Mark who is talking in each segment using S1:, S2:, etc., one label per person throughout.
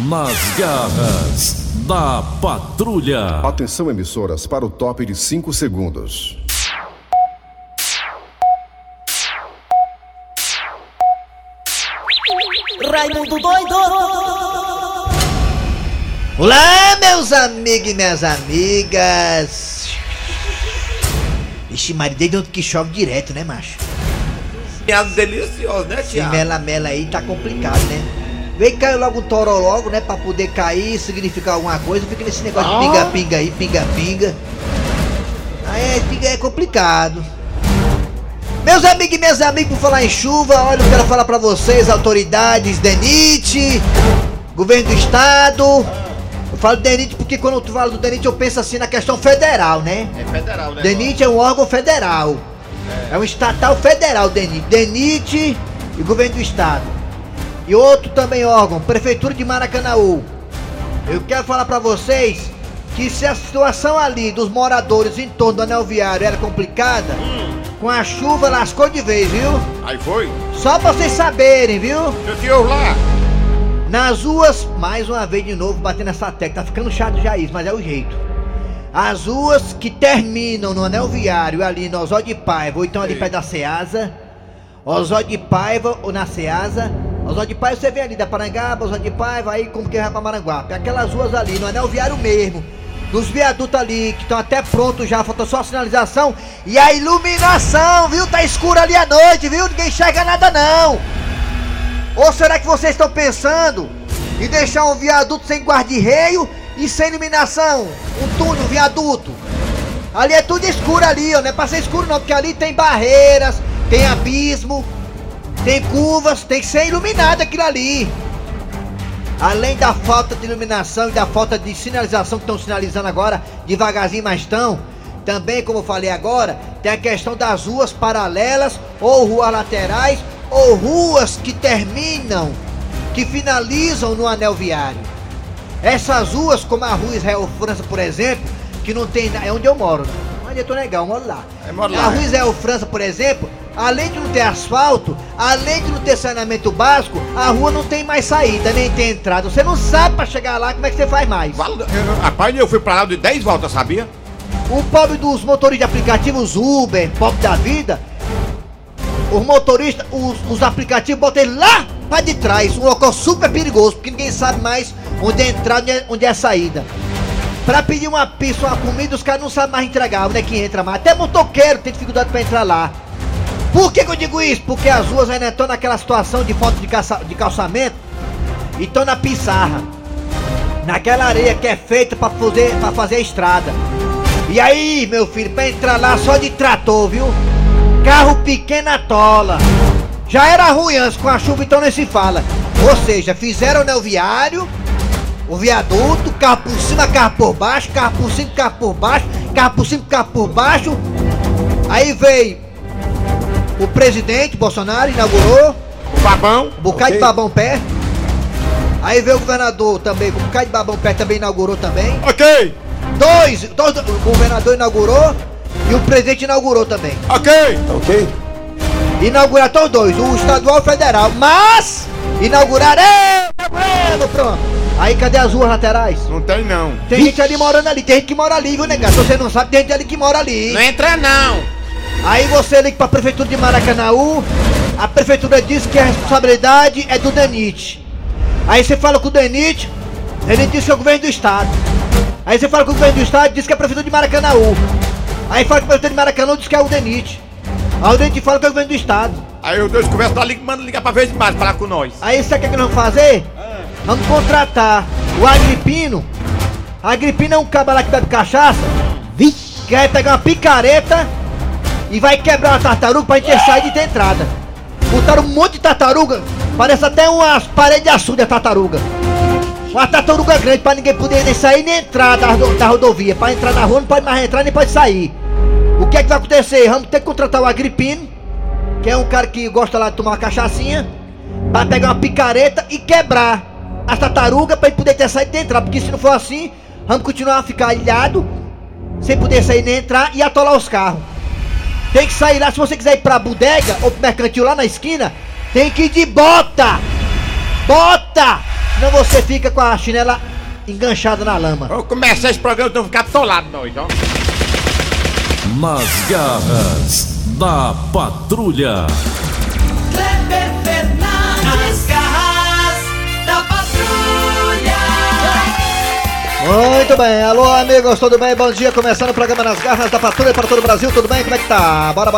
S1: Nas garras da patrulha.
S2: Atenção, emissoras, para o top de 5 segundos.
S3: Raimundo doido!
S4: Olá, meus amigos e minhas amigas. Ixi, Maria, desde ontem que chove direto, né, macho?
S5: Piados deliciosos, né,
S4: Esse
S5: Tiago?
S4: mela-mela aí tá complicado, né? Vem cair logo um toro logo, né? Pra poder cair, significar alguma coisa. Fica nesse negócio de pinga-pinga aí, pinga-pinga. Aí é complicado. Meus amigos e minhas amigas, por falar em chuva, olha, eu quero falar pra vocês, autoridades, DENIT, governo do estado. Eu falo DENIT porque quando eu falo do DENIT eu penso assim na questão federal, né?
S5: É federal, né?
S4: DENIT é um órgão federal. É um estatal federal, DENIT. DENIT e governo do estado. E outro também órgão, Prefeitura de Maracanaú. Eu quero falar pra vocês que se a situação ali dos moradores em torno do anel viário era complicada, com a chuva lascou de vez, viu?
S5: Aí foi?
S4: Só pra vocês saberem, viu?
S5: Eu te ouvo lá.
S4: Nas ruas, mais uma vez de novo, batendo essa tecla, tá ficando chato já isso, mas é o jeito. As ruas que terminam no anel viário ali no Osório de Paiva, ou então ali perto da Ceasa, Osório de Paiva ou na Ceasa, Osório de Paiva você vem ali da Parangaba, Osório de Paiva, aí como que vai pra Maranguape. Aquelas ruas ali no anel viário mesmo, nos viadutos ali que estão até prontos já, falta só a sinalização e a iluminação, viu? Tá escuro ali à noite, viu? Ninguém enxerga nada não. Ou será que vocês estão pensando em deixar um viaduto sem guarda-reio e sem iluminação? Um túnel, um viaduto. Ali é tudo escuro ali, ó. Não é pra ser escuro não, porque ali tem barreiras, tem abismo, tem curvas, tem que ser iluminado aquilo ali. Além da falta de iluminação e da falta de sinalização que estão sinalizando agora, devagarzinho mas estão, também como eu falei agora, tem a questão das ruas paralelas ou ruas laterais ou ruas que terminam, que finalizam no anel viário. Essas ruas, como a rua Israel França, por exemplo, que não tem, é onde eu moro, onde eu tô legal, eu moro lá. A rua Israel França, por exemplo, além de não ter asfalto, além de não ter saneamento básico, a rua não tem mais saída, nem tem entrada. Você não sabe pra chegar lá como é que você faz mais.
S5: Rapaz, eu fui pra lá de 10 voltas, sabia?
S4: O pobre dos motoristas de aplicativos Uber, pobre da vida, os motoristas, os aplicativos botam ele lá pra de trás, um local super perigoso, porque ninguém sabe mais onde é a entrada, onde é a saída. Pra pedir uma pizza, uma comida, os caras não sabem mais entregar, onde é que entra mais. Até motoqueiro tem dificuldade pra entrar lá. Por que eu digo isso? Porque as ruas ainda estão naquela situação de falta de calçamento e estão na pissarra, naquela areia que é feita pra fazer a estrada. E aí, meu filho, pra entrar lá só de trator, viu? Carro pequeno atola. Já era ruim antes, com a chuva então nem se fala. Ou seja, fizeram o anel viário, o viaduto, carro por cima, carro por baixo, carro por cima, carro por baixo, carro por cima, carro por baixo. Aí veio o presidente Bolsonaro, inaugurou
S5: O babão.
S4: um bocado de babão pé. Aí veio o governador também, com um bocado de babão pé também inaugurou também.
S5: Ok.
S4: Dois, o governador inaugurou e o presidente inaugurou também.
S5: Ok.
S4: Inauguraram todos dois, o estadual e o federal, mas inauguraram, pronto. Aí cadê as ruas laterais?
S5: Não tem não.
S4: Tem gente ali morando ali, tem gente que mora ali, viu, negado? Se você não sabe, tem gente ali que mora ali.
S5: Não entra não.
S4: Aí você liga pra prefeitura de Maracanaú, a prefeitura diz que a responsabilidade é do DENIT. Aí você fala com o DENIT diz que é o governo do estado. Aí você fala com o governo do estado, diz que é a prefeitura de Maracanaú. Aí fala com a prefeitura de Maracanaú, diz que é o DENIT. Aí o DENIT fala que é o governo do estado.
S5: Aí os dois conversam lá, manda ligar pra vez de mais, falar com nós.
S4: Aí sabe o que nós vamos fazer? Vamos contratar o Agripino. Agripino é um cabra lá que bebe cachaça. Vixe, que vai pegar uma picareta e vai quebrar uma tartaruga pra gente ter saída e ter entrada. Botaram um monte de tartaruga, parece até umas paredes de açude a tartaruga. Uma tartaruga grande pra ninguém poder nem sair nem entrar da rodovia. Pra entrar na rua não pode mais entrar nem pode sair. O que é que vai acontecer? Vamos ter que contratar o Agripino, que é um cara que gosta lá de tomar uma cachaçinha, pra pegar uma picareta e quebrar as tartarugas pra ele poder ter saído e entrar. Porque se não for assim, vamos continuar a ficar ilhado, sem poder sair nem entrar e atolar os carros. Tem que sair lá, se você quiser ir pra bodega ou pro mercantil lá na esquina, tem que ir de bota! Bota! Senão você fica com a chinela enganchada na lama.
S5: Vou começar esse programa, então ficar atolado nós, ó.
S1: Nas garras da patrulha.
S3: Kleber Fernandes, garras da patrulha.
S4: Muito bem, alô amigos, tudo bem? Bom dia, começando o programa Nas Garras da Patrulha para todo o Brasil, tudo bem? Como é que tá? Bora.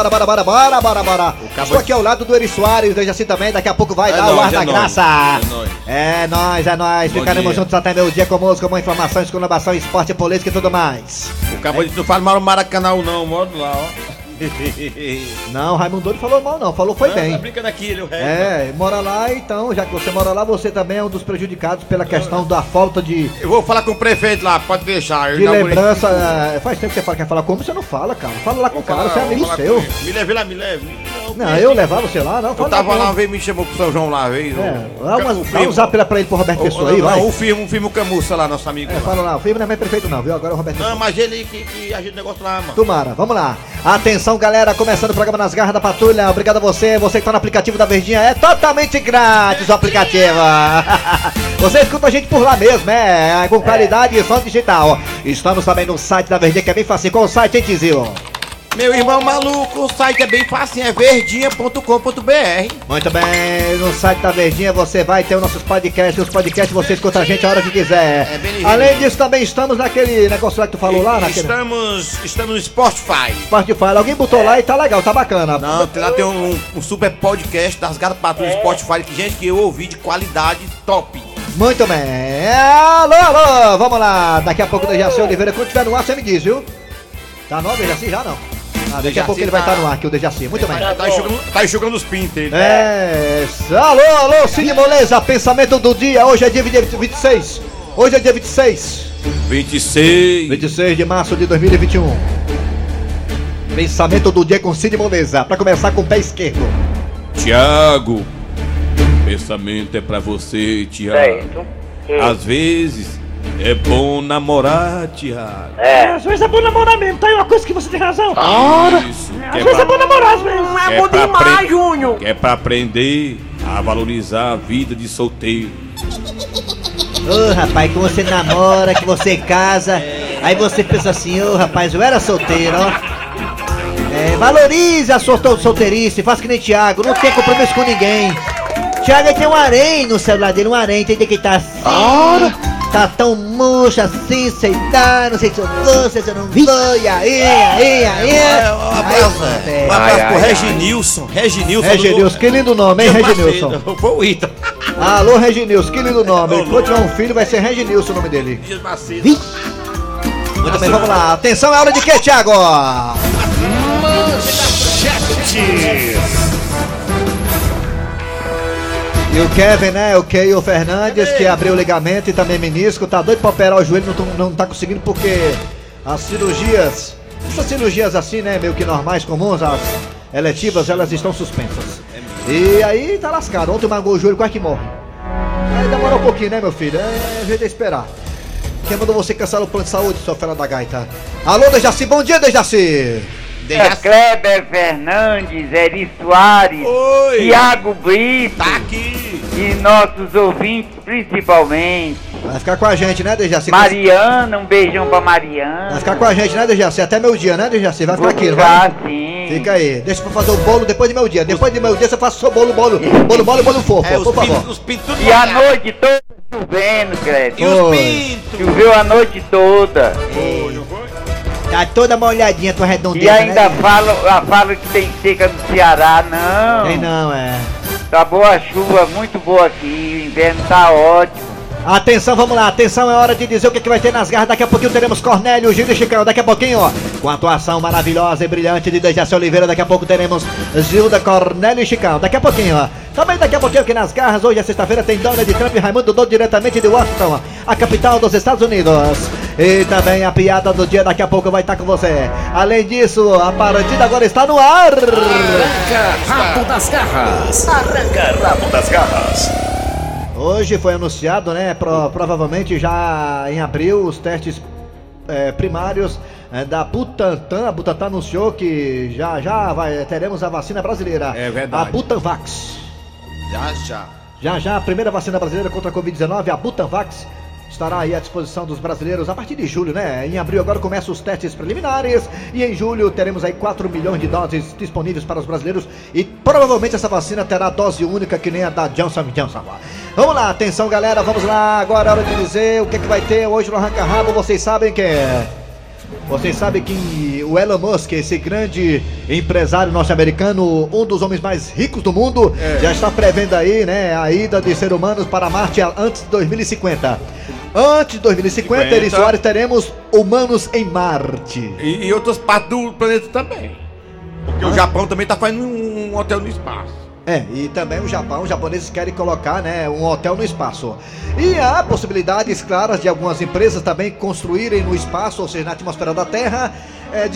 S4: Estou aqui ao lado do Eri Soares, veja assim também, daqui a pouco vai dar o ar da graça. É nóis. Ficaremos juntos até meio dia com música, com informações, com inovação, esporte, política e tudo mais.
S5: O cabo disse, não fala mal no Maracanã não, modo lá, ó.
S4: Não, Raimundo Doido falou mal não, falou foi bem.
S5: Tá brincando aqui, ele, o resto.
S4: Mora lá, então, já que você mora lá, você também é um dos prejudicados pela questão da falta de
S5: Eu vou falar com o prefeito lá, pode deixar.
S4: de lembrança. Faz tempo que você quer falar comigo, você não fala, cara. Fala lá com o cara, você é amigo seu.
S5: Me leve lá, me leve.
S4: Não, eu levar você lá, não.
S5: Eu
S4: Fala
S5: tava
S4: com
S5: lá,
S4: ele.
S5: veio me chamou pro São João lá, veio.
S4: Dá um zap lá pra ele, pro Roberto Pessoa aí, vai.
S5: O firme Camussa lá, nosso amigo. lá.
S4: Fala lá, o filme não é mais prefeito não, viu? Agora é o Roberto Pessoa.
S5: Não, mas ele que ajeita o negócio lá, mano.
S4: Tomara, vamos lá. Atenção, galera, começando o programa Nas Garras da Patrulha. Obrigado a você que tá no aplicativo da Verdinha. É totalmente grátis o aplicativo. Você escuta a gente por lá mesmo, com qualidade e som digital. Estamos também no site da Verdinha, que é bem fácil. Qual o site, hein, Tizil?
S5: Meu irmão maluco, o site é bem fácil, é verdinha.com.br.
S4: Muito bem, no site da Verdinha você vai ter os nossos podcasts. Os podcasts você escuta a gente a hora que quiser.
S5: É bem
S4: Além disso, também estamos naquele negócio lá que tu falou lá, naquele
S5: Estamos no Spotify.
S4: Spotify. Alguém botou lá e tá legal, tá bacana.
S5: Não, lá tem um super podcast das Garras Patrulhas Spotify, que gente que eu ouvi de qualidade top.
S4: Muito bem. Alô, vamos lá. Daqui a pouco o Dejaci Oliveira, quando tiver no ar, você me diz, viu? Tá no ar, Dejaci? Já não. Daqui a
S5: Dejaci
S4: pouco ele vai estar no ar aqui, o Dejaci. Muito bem.
S5: Tá enxugando os pintos ele.
S4: Alô, Cid Moleza, pensamento do dia. Hoje é dia 26. Hoje é dia 26. 26 de março de 2021. Pensamento do dia com Cid Moleza. Pra começar com o pé esquerdo.
S6: Tiago, pensamento é pra você, Tiago.
S7: Certo.
S6: Às vezes é bom namorar, Tiago.
S8: Às vezes é bom namorar mesmo, tá aí uma coisa que você tem razão.
S6: Isso.
S8: Às vezes é bom namorar, às vezes.
S6: É bom demais, Júnior. Que é pra aprender a valorizar a vida de solteiro.
S4: Ô rapaz, que você namora, que você casa, aí você pensa assim, ô rapaz, eu era solteiro, ó. Valorize a sua solteirice, faça que nem Thiago, não tem compromisso com ninguém. Thiago aí tem um harém no celular dele, um harém, tem que estar assim. Tá tão murcho assim, sei lá, não sei se eu vou, se eu não vou, e aí.
S5: Um abraço pro Reginilson.
S4: Reginilson, que lindo nome, hein, Reginilson?
S5: Foi o Ita.
S4: Alô, Reginilson, que lindo nome. Quando tiver um filho, vai ser Reginilson o nome dele.
S5: Dias Macedo.
S4: Muito bem, vamos lá. Atenção, é hora de quê, Thiago? E o Kevin, né? O Keio Fernandes, que abriu o ligamento e também menisco, tá doido pra operar o joelho, não tá conseguindo porque as cirurgias, essas cirurgias assim, né, meio que normais, comuns, as eletivas, elas estão suspensas. E aí tá lascado, ontem magoou o joelho, quase que morre. Aí demorou um pouquinho, né, meu filho? É jeito de esperar. Quem mandou você cancelar o plano de saúde, sua fera da gaita? Alô, Dejaci, bom dia, Dejaci!
S7: Kleber Fernandes, Eri Soares,
S5: Oi.
S7: Thiago Brito
S5: Tá aqui.
S7: e nossos ouvintes principalmente.
S4: Vai ficar com a gente, né, Dejaci?
S7: Mariana, um beijão pra Mariana.
S4: Vai ficar com a gente, né, Dejaci? Até meu dia, né, Dejaci? Vai ficar
S7: Vou
S4: aqui, não
S7: ficar
S4: vai?
S7: sim.
S4: Fica aí. Deixa pra fazer o bolo depois de meu dia. Depois de meu dia você faz o seu bolo fofo, por favor.
S5: Os pintos tudo
S7: E a
S5: molhado.
S7: noite toda chovendo, Kleber.
S5: E os
S4: Oi.
S5: pintos.
S7: Choveu a noite toda.
S4: Tá toda molhadinha, tua redondeza,
S7: E ainda
S4: né?
S7: fala que tem seca no Ceará. Não.
S4: Tem não,
S7: Tá boa a chuva, muito boa aqui. O inverno tá ótimo.
S4: Atenção, vamos lá. Atenção, é hora de dizer o que vai ter nas garras. Daqui a pouquinho teremos Cornélio, Gil e Chicão. Daqui a pouquinho, ó, com a atuação maravilhosa e brilhante de Dejaci Oliveira. Daqui a pouco teremos Gilda, Cornélio e Chicão. Daqui a pouquinho, ó. Também daqui a pouquinho aqui nas garras. Hoje é sexta-feira, tem Donald Trump e Raimundo Doido diretamente de Washington, a capital dos Estados Unidos. E também a piada do dia daqui a pouco vai estar com você. Além disso, a partida agora está no ar.
S1: Rabo das garras. Arranca rabo das garras.
S4: Hoje foi anunciado, né, provavelmente já em abril, os testes primários da Butantan. A Butantan anunciou que já teremos a vacina brasileira.
S5: É verdade.
S4: A Butanvax.
S5: Já.
S4: Já a primeira vacina brasileira contra a Covid-19, a Butanvax, estará aí à disposição dos brasileiros a partir de julho, né? Em abril agora começam os testes preliminares e em julho teremos aí 4 milhões de doses disponíveis para os brasileiros e provavelmente essa vacina terá dose única que nem a da Johnson & Johnson. Vamos lá, atenção galera, vamos lá, agora é hora de dizer o que vai ter hoje no Arranca Rabo, vocês sabem quem é? Vocês sabem que o Elon Musk, esse grande empresário norte-americano, um dos homens mais ricos do mundo, já está prevendo aí, né, a ida de seres humanos para Marte antes de 2050. Antes de 2050, Eri Soares, teremos humanos em Marte.
S5: E outras partes do planeta também. Porque o Japão também tá fazendo um hotel no espaço.
S4: E também os japoneses querem colocar, né, um hotel no espaço. E há possibilidades claras de algumas empresas também construírem no espaço, ou seja, na atmosfera da Terra,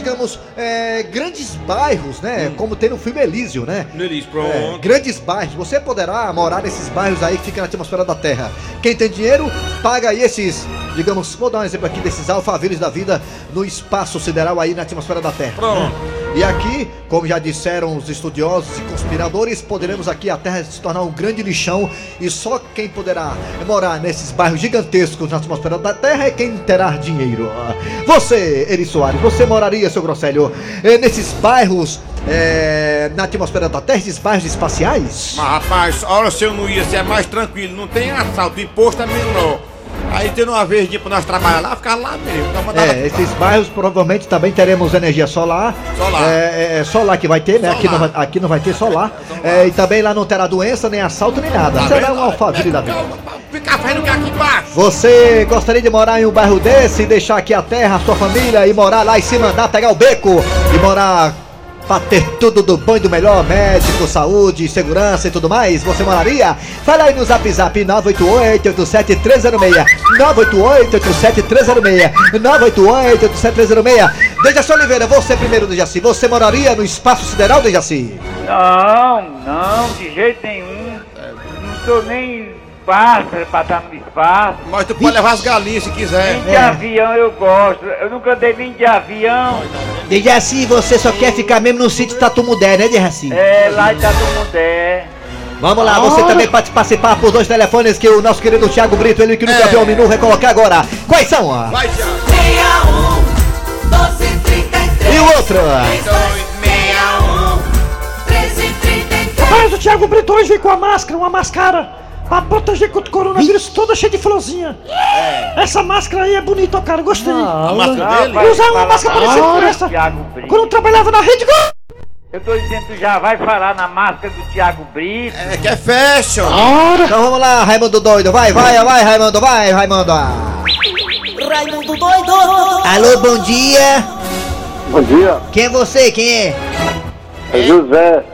S4: grandes bairros, né, como tem no filme Elysium, né?
S5: No Elysium, pronto.
S4: Grandes bairros, você poderá morar nesses bairros aí que ficam na atmosfera da Terra. Quem tem dinheiro, paga aí esses, digamos, vou dar um exemplo aqui desses alfaviles da vida no espaço sideral aí na atmosfera da Terra.
S5: Pronto.
S4: E aqui, como já disseram os estudiosos e conspiradores, poderemos aqui a Terra se tornar um grande lixão e só quem poderá morar nesses bairros gigantescos na atmosfera da Terra é quem terá dinheiro. Você, Eri Soares, você moraria, seu Grosselho, nesses bairros na atmosfera da Terra, esses bairros espaciais?
S5: Mas rapaz, olha, se eu não ia, se é mais tranquilo, não tem assalto, o imposto é menor. Aí tendo uma vez de pra nós trabalhar lá, ficar lá mesmo.
S4: Esses bairros provavelmente também teremos energia solar. Solar que vai ter, né? Aqui não vai ter solar. E também lá não terá doença, nem assalto, nem nada. Será um alfaville da vida.
S5: Fica vendo que aqui embaixo.
S4: Você gostaria de morar em um bairro desse e deixar aqui a terra, a sua família, e morar lá e se mandar pegar o beco e morar pra ter tudo do bom e do melhor, médico, saúde, segurança e tudo mais? Você moraria? Fala aí no Zap 988-87306 988-87306 988-87306. Dejaci Oliveira, você primeiro, Dejaci. Você moraria no espaço sideral, Dejaci?
S7: Não, de jeito nenhum. Não sou nem pássaro pra estar no espaço.
S5: Mas tu pode levar as galinhas se quiser.
S7: Nem de avião eu gosto. Eu nunca andei nem de avião.
S4: Dejaci, você só quer ficar mesmo no sítio Tatumudé, né, Dejaci?
S7: Lá em Tatumudé.
S4: Vamos lá, você também pode participar por 2 telefones que o nosso querido Thiago Brito, ele que nunca viu o menu, vai colocar agora. Quais são?
S5: Vai, Thiago.
S3: 61-1233.
S4: E o outro?
S3: 3261-1333.
S8: Rapaz, o Thiago Brito hoje veio com a máscara, uma máscara pra proteger contra o coronavírus, toda cheia de florzinha. Essa máscara aí é bonita, cara, gostei.
S5: A máscara dele?
S8: Eu usava uma máscara parecida com essa quando eu trabalhava na Rede Globo.
S7: Eu tô dizendo que tu já vai falar na máscara do Thiago Brito.
S5: Que é fashion.
S4: Então vamos lá, Raimundo doido, vai, Raimundo, vai, Raimundo.
S3: Raimundo doido.
S4: Alô, bom dia.
S9: Bom dia,
S4: Quem é você, quem é?
S9: é José.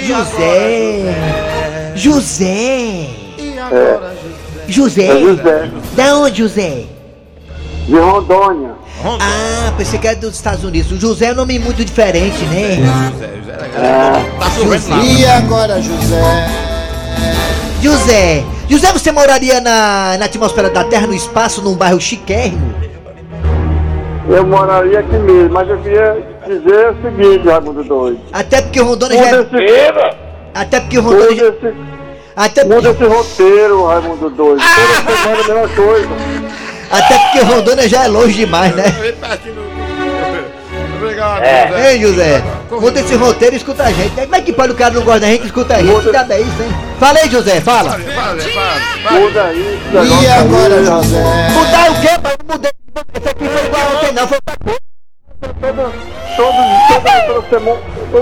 S4: José.
S9: É José,
S4: Da onde, José?
S9: de Rondônia.
S4: Ah, pensei que era dos Estados Unidos. O José é um nome muito diferente, né?
S5: José. Tá chovendo lá.
S10: E agora, José?
S4: José, você moraria na atmosfera da Terra, no espaço, num bairro chiquérrimo?
S9: Eu moraria aqui mesmo, mas eu queria dizer o seguinte, Raimundo doido.
S4: Até porque o Rondônia já
S9: Muda esse roteiro, Raimundo doido. Toda semana a mesma coisa.
S4: Até porque o Rondônia já é longe demais, né?
S5: Obrigado,
S4: Ei, José, muda esse roteiro e escuta a gente. Como é que pode o cara não gosta da gente e escuta a gente? Que diabo é isso, hein? Fala aí, José, fala.
S9: Muda isso.
S10: E agora, José?
S4: Mudar o quê? Não mudei. Esse aqui foi igual ontem, não. Foi outra coisa.
S9: Toda semana.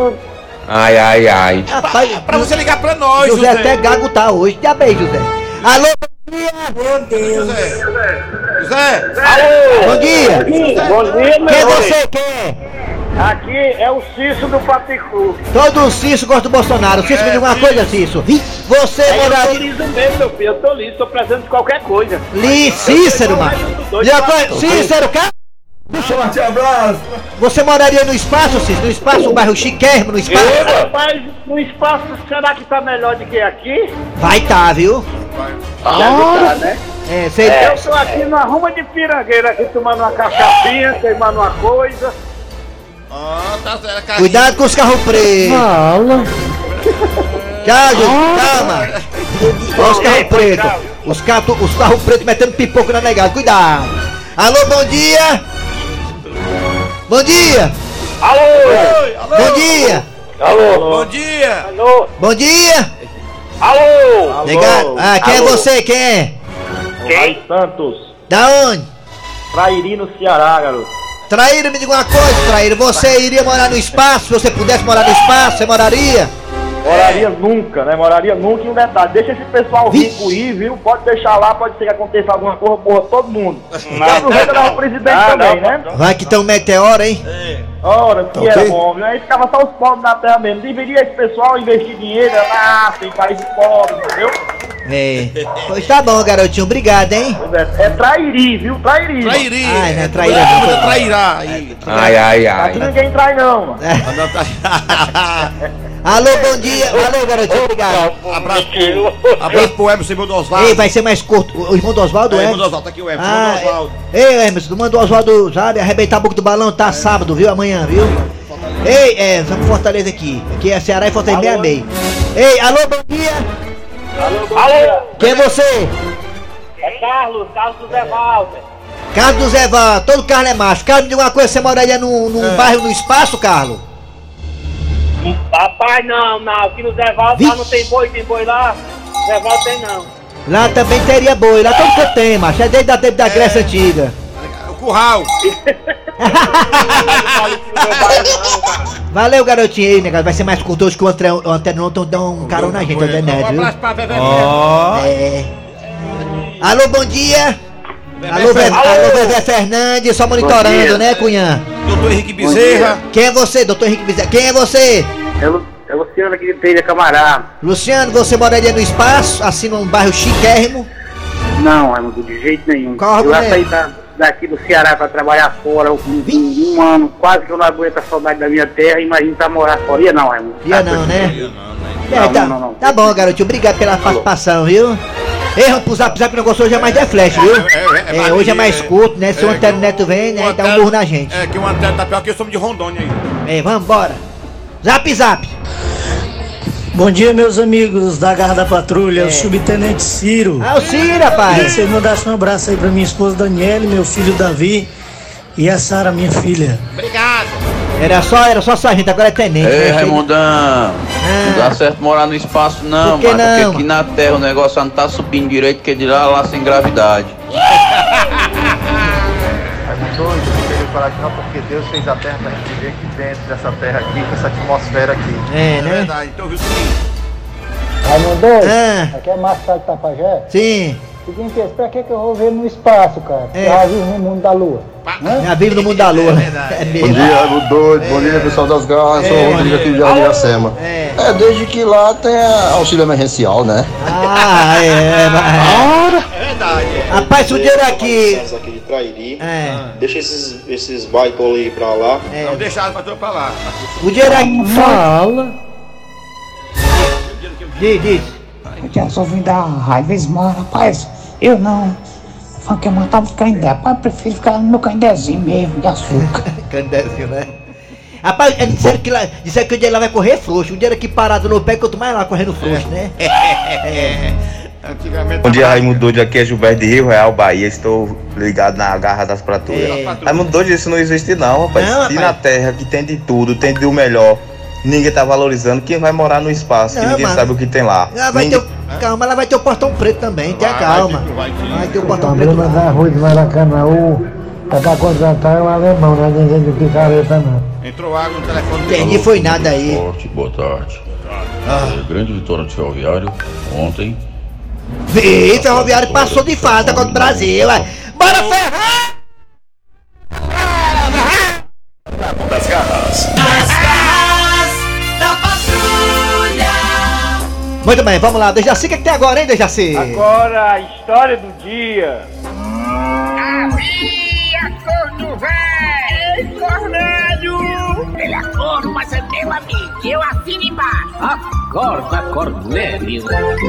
S5: Ai.
S4: Rapaz,
S5: Pra você ligar pra nós,
S4: José até gago tá hoje. Diabo aí, José. Alô, bom dia.
S3: Meu Deus.
S5: José.
S4: Bom dia.
S9: Bom dia, meu
S4: Quem é
S9: rei.
S4: você? Quem é?
S9: Aqui é o Cício do Paticu.
S4: Todo Cício gosta do Bolsonaro. Cício, me diga uma coisa, Cício. Você
S9: Eu tô
S4: moraria...
S9: liso mesmo, meu filho. Eu tô liso, tô precisando de qualquer coisa.
S4: Cícero, mano. Cícero, cara.
S9: Forte abraço.
S4: Você moraria no espaço, Cícero? No espaço, um bairro chiquérrimo, no espaço?
S9: Rapaz, no espaço, será que tá melhor do que aqui?
S4: Vai tá, viu?
S9: Deve tá, né?
S4: Sei.
S9: Eu tô aqui na Ruma de Pirangueira, aqui tomando uma cachaçinha, queimando uma coisa.
S5: Tá certo.
S4: Cuidado com os carros pretos. Tchau, José. Calma. Olha os carros pretos. Os carros pretos metendo pipoco na negada. Cuidado. Alô, bom dia. Bom dia.
S7: Alô!
S4: Bom dia.
S7: Alô!
S5: Bom dia!
S7: Alô!
S4: Bom dia.
S7: Alô!
S4: Negado. Ah, quem é você? Quem é?
S7: Quem?
S11: Santos,
S4: Da onde?
S11: Trairi no Ceará, garoto.
S4: Traíra, me diga uma coisa, Traíra. Você iria morar no espaço? Se você pudesse morar no espaço, você moraria?
S11: Moraria nunca, né? Moraria nunca. E um detalhe, deixa esse pessoal rico ir, viu? Pode deixar lá, pode ser que aconteça alguma coisa, porra, todo mundo. E aproveita da presidente também, né?
S4: Vai que tem um meteoro, hein?
S11: Ora, que era bom, viu? Aí ficava só os pobres na terra mesmo. Deveria esse pessoal investir dinheiro na África, em países pobres, entendeu?
S4: É. Pois tá bom, garotinho. Obrigado, hein?
S11: É Trairi, viu? Trairi.
S5: Trairi!
S4: Ai, não é traíra, não.
S5: Muita trairá aí.
S10: Ai.
S11: Aqui ninguém trai não, mano.
S4: Alô, bom dia. Valeu, garotinho. Obrigado.
S5: Abraço pro Emerson, irmão do Osvaldo.
S4: Ei, vai ser mais curto. O irmão do Oswaldo,
S5: É,
S4: é?
S5: irmão do Osvaldo, tá aqui o Emerson, irmão do Osvaldo.
S4: Ei, Emerson, manda o Oswaldo, sabe? Arrebentar a boca do balão, tá sábado, viu? Amanhã, viu? Ei, vamos Fortaleza aqui. Aqui é Ceará e Fortaleza meia-meia. Ei, alô, bom dia.
S7: Alô!
S4: Quem é você?
S7: É Carlos do Zé Walter.
S4: Carlos do Zé Val, todo Carlos é macho. Carlos, me diga uma coisa, você moraria num bairro no espaço, Carlos?
S7: Rapaz, não, aqui no Zé Walter não tem boi lá. Zé Walter tem não.
S4: Lá também teria boi, lá todo que tem, macho. É desde o tempo da Grécia Antiga.
S5: O curral.
S4: Valeu, garotinho aí, negado. Vai ser mais curto hoje que o Antero não dá um carão na gente, o Deneto, viu? É. Alô, bom dia. Alô, Bebê Fernandes, só monitorando, né, Cunhã?
S5: Doutor Henrique Bezerra.
S4: Quem é você, doutor Henrique Bezerra? Quem é você?
S9: É Luciano aqui de Telha Camará.
S4: Luciano, você moraria no espaço, assim, num bairro chiquérrimo?
S9: Não, Raimundo, de jeito nenhum.
S4: Qual
S9: Eu
S4: argumento?
S9: saí daqui do Ceará pra trabalhar fora um ano, quase que eu não aguento a saudade da minha terra, imagina pra morar fora. Ia não, Raimundo.
S4: Ia não, né?
S9: Não.
S4: Tá bom, garotinho, obrigado pela participação, viu? Ei, vamos pro zap, o negócio hoje é mais de flash, viu? Hoje é mais curto, né? Se o Antero Neto vem, né? Dá um burro na gente.
S5: É, que o Antero tá pior que eu somos de Rondônia aí.
S4: Vamos embora. Zap.
S12: Bom dia, meus amigos da Garra da Patrulha, o Subtenente Ciro.
S4: Ah, o Ciro, rapaz.
S12: Queria que vocês mandassem um abraço aí pra minha esposa Daniele, meu filho Davi e a Sara, minha filha.
S5: Obrigado.
S4: Era só sargento, agora é tenente.
S13: Ei, Raimundão, não dá certo morar no espaço não,
S4: Por que
S13: mano,
S4: não?
S13: porque aqui na Terra o negócio não tá subindo direito, porque de lá sem gravidade.
S14: Raimundo, não queria falar aqui não, porque Deus fez a Terra pra gente viver aqui dentro dessa Terra aqui, com essa atmosfera aqui.
S4: É, né?
S5: Verdade, então viu o seguinte.
S12: Raimundo, aqui é Márcio de Tapajé.
S4: Sim.
S12: Seguinte, pra que eu vou ver no espaço, cara?
S4: É.
S12: Já vivo no mundo da lua.
S4: Já vive no mundo da lua. É
S2: Bom
S4: mesmo.
S2: dia, Raimundo Doido. Bom dia, pessoal das garras. Sou o Rodrigo aqui de Aracema.
S10: É, desde que lá tem auxílio emergencial, né?
S5: É verdade.
S4: Rapaz, se o dinheiro aqui...
S15: aqui de Trairi. Deixa esses bikes aí pra lá.
S5: Não deixaram pra tu pra lá.
S4: O dinheiro aqui...
S12: Fala.
S4: Diz.
S12: Eu tinha só vim dar raiva, esmar, rapaz. Eu não. Funk eu matava os Canindé. Rapaz, eu prefiro ficar no meu Canindézinho mesmo, de açúcar.
S4: Canindézinho, né? Rapaz, disseram que o dinheiro lá vai correr frouxo. O dinheiro aqui parado no pé, quanto mais lá correndo frouxo, né?
S5: Antigamente.
S16: Bom dia, Raimundo Doido, aqui é Gilberto de Rio Real, Bahia. Estou ligado na Garra das Patrulhas. Raimundo Doido, isso não existe não, rapaz.
S4: Não,
S16: Se
S4: rapaz.
S16: na Terra que tem de tudo, tem do melhor, ninguém tá valorizando, quem vai morar no espaço, que
S4: Não,
S16: ninguém
S4: mano.
S16: sabe o que tem lá.
S4: Lá vai ter calma, lá vai ter o portão preto também, tenha calma. Vai ter o portão preto
S12: Problema da
S4: lá.
S12: Rua de Maracanãú é pra contratar um alemão, não é ninguém de picareta não.
S5: Entrou água no telefone.
S4: Entendi, foi nada aí.
S17: Boa tarde. Grande vitória do Ferroviário ontem.
S4: Ih, Ferroviário passou de fase contra o Brasil. Bora, Ferrar!
S1: Das garras.
S3: Da Patrulha.
S4: Muito bem, vamos lá. Dejaci, o que tem agora, hein, Dejaci?
S7: Agora a história do dia.
S3: Havia corno velho, Cornélio. Ele é corno, mas é meu amigo. Eu assino embaixo.
S18: Acorda, Cornélio.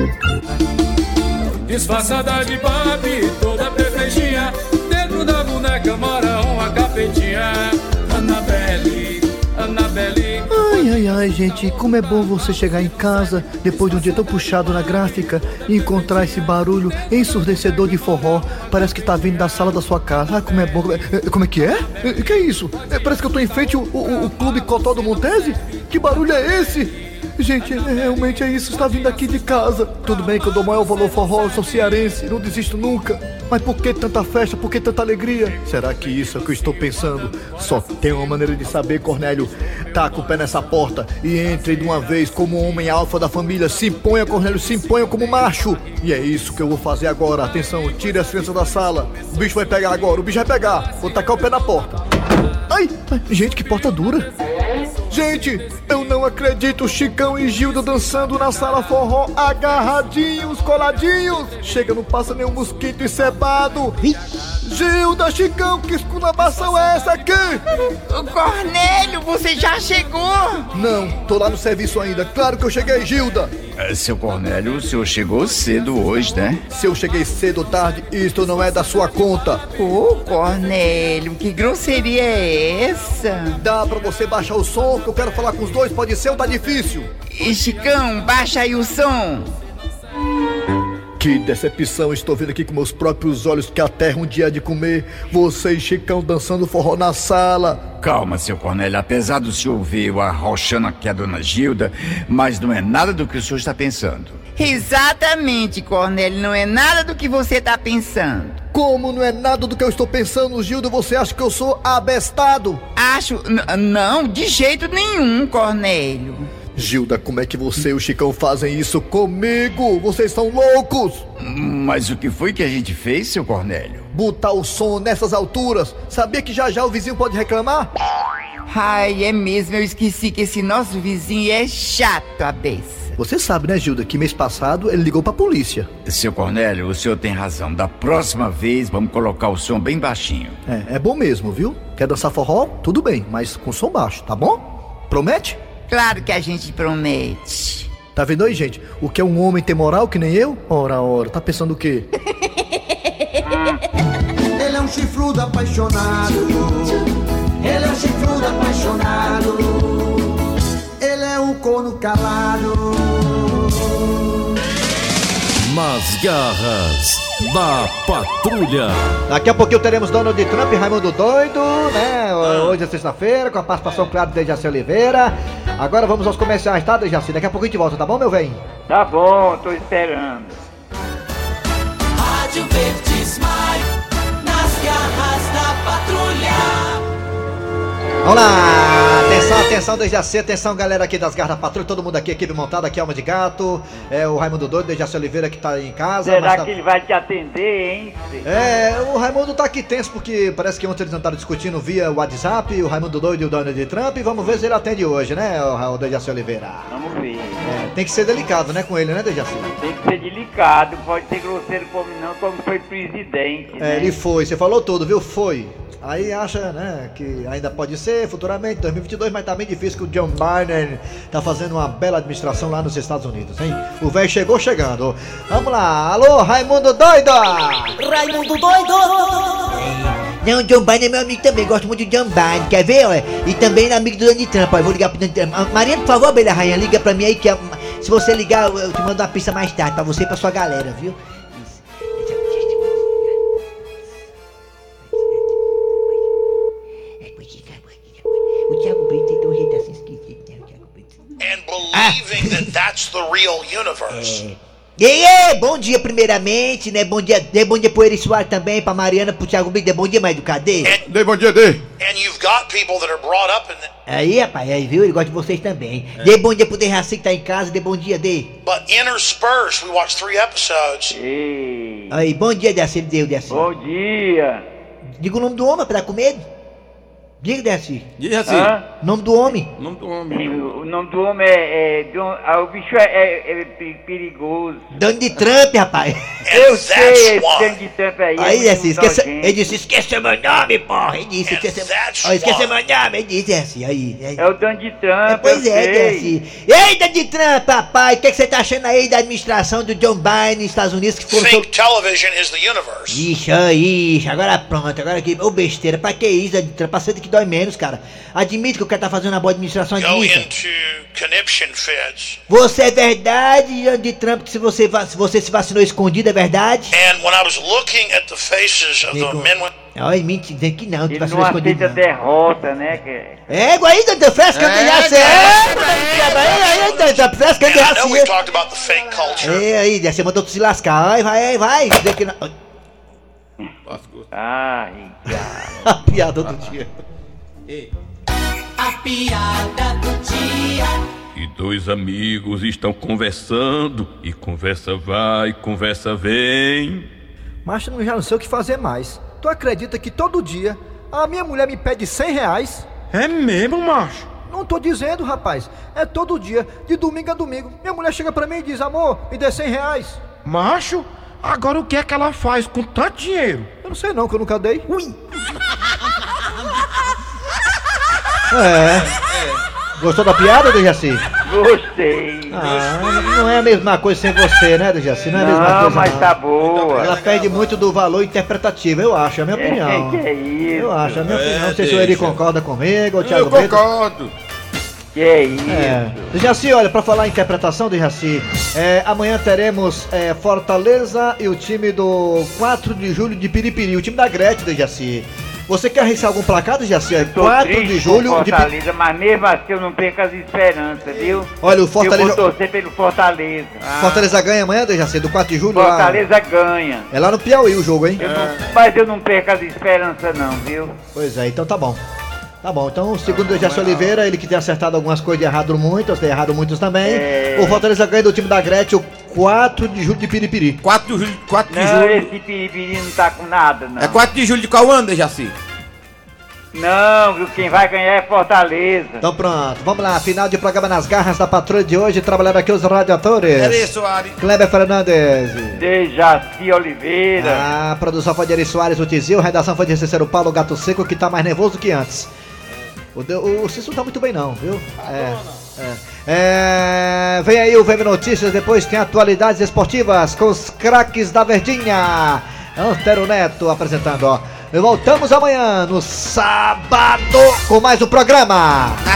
S18: Disfarçada de Barbie, toda perfeitinha. Dentro da boneca mora uma capetinha. Annabelle.
S4: Ai, Ai, gente, como é bom você chegar em casa depois de um dia tão puxado na gráfica e encontrar esse barulho ensurdecedor de forró. Parece que tá vindo da sala da sua casa. Ah, como é bom. Como é que é? Que é isso? Parece que eu tô em frente ao Clube Cotó do Montese? Que barulho é esse? Gente, realmente é isso, está vindo aqui de casa. Tudo bem que eu dou maior valor ao forró, eu sou cearense, não desisto nunca. Mas por que tanta festa, por que tanta alegria? Será que isso é o que eu estou pensando? Só tem uma maneira de saber, Cornélio. Taca o pé nessa porta e entre de uma vez como homem alfa da família. Se imponha, Cornélio, se imponha como macho. E é isso que eu vou fazer agora. Atenção, tire as crianças da sala. O bicho vai pegar agora, o bicho vai pegar. Vou tacar o pé na porta. Ai, gente, que porta dura. Gente, eu não acredito, Chicão e Gilda dançando na sala forró, agarradinhos, coladinhos. Chega, não passa nenhum mosquito encebado. Gilda, Chicão, que esculabação é essa aqui?
S3: Ô Cornélio, você já chegou?
S4: Não, tô lá no serviço ainda, claro que eu cheguei, Gilda.
S19: Seu Cornélio, o senhor chegou cedo hoje, né?
S4: Se eu cheguei cedo ou tarde, isto não é da sua conta.
S3: Ô Cornélio, que grosseria é essa?
S4: Dá pra você baixar o som, que eu quero falar com os dois, pode ser ou tá difícil?
S3: E Chicão, baixa aí o som.
S4: Que decepção, estou vendo aqui com meus próprios olhos que a terra um dia há de comer. Você e Chicão dançando forró na sala.
S19: Calma, seu Cornélio, apesar do senhor ver o arrochando aqui a dona Gilda, mas não é nada do que o senhor está pensando.
S3: Exatamente, Cornélio, não é nada do que você está pensando.
S4: Como não é nada do que eu estou pensando, Gilda? Você acha que eu sou abestado?
S3: Acho... Não, de jeito nenhum, Cornélio.
S4: Gilda, como é que você e o Chicão fazem isso comigo? Vocês são loucos!
S19: Mas o que foi que a gente fez, seu Cornélio?
S4: Botar o som nessas alturas. Sabia que já já o vizinho pode reclamar?
S3: Ai, é mesmo, eu esqueci que esse nosso vizinho é chato, a beça.
S4: Você sabe, né, Gilda, que mês passado ele ligou pra polícia.
S19: Seu Cornélio, o senhor tem razão. Da próxima vez, vamos colocar o som bem baixinho.
S4: É bom mesmo, viu? Quer dançar forró? Tudo bem, mas com som baixo, tá bom? Promete?
S3: Claro que a gente promete.
S4: Tá vendo aí, gente? O que é um homem ter moral que nem eu? Ora, tá pensando o quê?
S20: Ele é um chifrudo apaixonado. Ele é um chifrudo apaixonado. Ele é um corno calado.
S1: Nas garras da patrulha.
S4: Daqui a pouquinho teremos Donald Trump e Raimundo Doido, né? Hoje é sexta-feira, com a participação, claro, de Dejaci Oliveira. Agora vamos aos comerciais, tá, Dejaci? Daqui a pouco a gente volta, tá bom, meu velho?
S7: Tá bom, tô esperando.
S20: Rádio Verdes Maio, nas garras da patrulha.
S4: Vamos lá, atenção Dejaci, atenção galera aqui das Garras da Patrulha, todo mundo aqui, equipe montada, aqui Alma de Gato, o Raimundo Doido, Dejaci Oliveira que tá em casa.
S7: Será que ele vai te atender, hein?
S4: O Raimundo tá aqui tenso porque parece que ontem eles andaram discutindo via WhatsApp, o Raimundo Doido e o Donald Trump, e vamos ver se ele atende hoje, né, o Dejaci Oliveira?
S7: Vamos ver.
S4: Tem que ser delicado, né, com ele, né, Dejaci?
S7: Tem que ser delicado, pode ser grosseiro como não, como foi presidente, né?
S4: Ele foi, você falou tudo, viu? Foi. Aí acha, né, que ainda pode ser futuramente, 2022, mas tá bem difícil que o John Biden tá fazendo uma bela administração lá nos Estados Unidos, hein? O velho chegou chegando. Vamos lá, alô, Raimundo Doido!
S20: Raimundo Doido!
S4: Não, John Biden é meu amigo também, gosto muito de John Biden, quer ver, ué? E também é amigo do Donald Trump, ó, vou ligar pro Donald Trump. Mariana, por favor, abelha rainha, liga pra mim aí que se você ligar, eu te mando uma pista mais tarde pra você e pra sua galera, viu? O Thiago Brito tem um jeito assim esquisito, né? O Thiago Brito.
S21: And believing that that's the real universe.
S4: Bom dia primeiramente, né? Bom dia pro Eri Soares também, pra Mariana, pro Thiago Brito, bom dia, mais do Cadê?
S5: Bom dia, Dê.
S21: And you've got people that are brought up in the...
S4: Aí, rapaz, aí, viu? Ele gosta de vocês também. Dê bom dia pro Dejaci que tá em casa, dê bom dia, Dê.
S21: But interspersed, we watched 3 episodes.
S4: Aí, bom dia, Dejaci, Dejaci.
S7: Bom dia.
S4: Diga o nome do homem pra dar com medo. Diga, Dejaci.
S5: Diga assim.
S4: Nome do homem.
S5: Nome do homem.
S7: O nome do homem o bicho é perigoso.
S4: Donald Trump, rapaz.
S7: Eu sei esse Donald Trump aí.
S4: Aí, Dejaci, ele disse, esqueceu meu nome, porra. Ele disse, esqueceu meu nome. Ele disse, Dejaci, aí.
S7: É o Donald Trump,
S4: pois é, Dejaci. Ei, Donald Trump, papai, o que você tá achando aí da administração do John Biden nos Estados Unidos? Que
S21: Fake television is the universe.
S4: Ixi, agora pronto, agora que, ô besteira, pra que isso, Donald Trump? Pra ser que dói menos, cara. Admite que o cara tá fazendo uma boa administração,
S21: Go
S4: admita.
S21: into conniption fits.
S4: Você é verdade, Donald Trump, que se você se vacinou escondido, é verdade?
S21: And when I was looking at the faces of the men with
S4: Olha, mentira, dizendo que não, que
S7: Ele
S4: vacinou
S7: não
S4: escondido.
S7: aceita derrota, né? Que...
S4: Égua aí, Donald Fresca, que já sei. Donald Fresca, que já
S21: I know we
S4: sei.
S21: talked about the fake culture.
S4: É aí, você mandou tu se lascar. Vai. Dizer que não.
S7: Ai,
S4: A piada do dia.
S20: A piada do dia.
S18: E dois amigos estão conversando, e conversa vai, conversa vem.
S6: Macho, eu já não sei o que fazer mais. Tu acredita que todo dia a minha mulher me pede R$100?
S5: É mesmo, macho?
S6: Não tô dizendo, rapaz. É todo dia, de domingo a domingo. Minha mulher chega pra mim e diz: amor, me dê R$100.
S5: Macho? Agora o que é que ela faz com tanto dinheiro?
S6: Eu não sei não, que eu nunca dei.
S4: Ui! Gostou da piada, Dejaci?
S7: Gostei.
S4: Não é a mesma coisa sem você, né, Dejaci? Não é a mesma coisa.
S7: Mas tá boa.
S4: Ela perde muito do valor interpretativo, eu acho, é a minha opinião.
S7: Que é isso?
S4: Eu acho, é a minha opinião. Não sei se o Eri concorda comigo, ou o Thiago
S5: Eu
S4: Brito.
S5: concordo.
S7: Que é isso?
S4: Dejaci, olha, pra falar em interpretação, Dejaci, amanhã teremos Fortaleza e o time do 4 de julho de Piripiri, o time da Gretchen, Dejaci. Você quer arriscar algum placar, Dejaci? 4 de julho de
S7: Fortaleza, mas mesmo assim eu não perco as esperanças, viu?
S4: Olha, o Fortaleza...
S7: Eu vou torcer pelo Fortaleza.
S4: Fortaleza ganha amanhã, Dejaci, do 4 de julho?
S7: Fortaleza ganha.
S4: É lá no Piauí o jogo, hein?
S7: Mas eu não perco as esperanças não, viu?
S4: Pois é, então tá bom. Tá bom, então segundo o Dejaci Oliveira, ele que tem acertado algumas coisas de errado muitas, tem errado muitos também. O Fortaleza ganha do time da Gretchen, o 4 de julho de Piripiri.
S5: 4 de julho.
S7: Não, esse Piripiri não tá com nada, não.
S5: É 4 de julho de qual ano, Dejaci?
S7: Não, viu? Quem vai ganhar é Fortaleza.
S4: Então pronto, vamos lá, final de programa nas garras da patrulha de hoje, trabalhando aqui os radiadores.
S5: Eri Soares.
S4: Kleber Fernandes.
S7: Dejaci Oliveira.
S4: A produção foi de Eri Soares, o Tizil, a redação foi de Cícero Paulo, o Gato Seco, que tá mais nervoso do que antes. O Cícero não tá muito bem não, viu? Vem aí o VM Notícias, depois tem atualidades esportivas com os craques da Verdinha. Antero Neto apresentando, ó. E voltamos amanhã, no sábado, com mais um programa.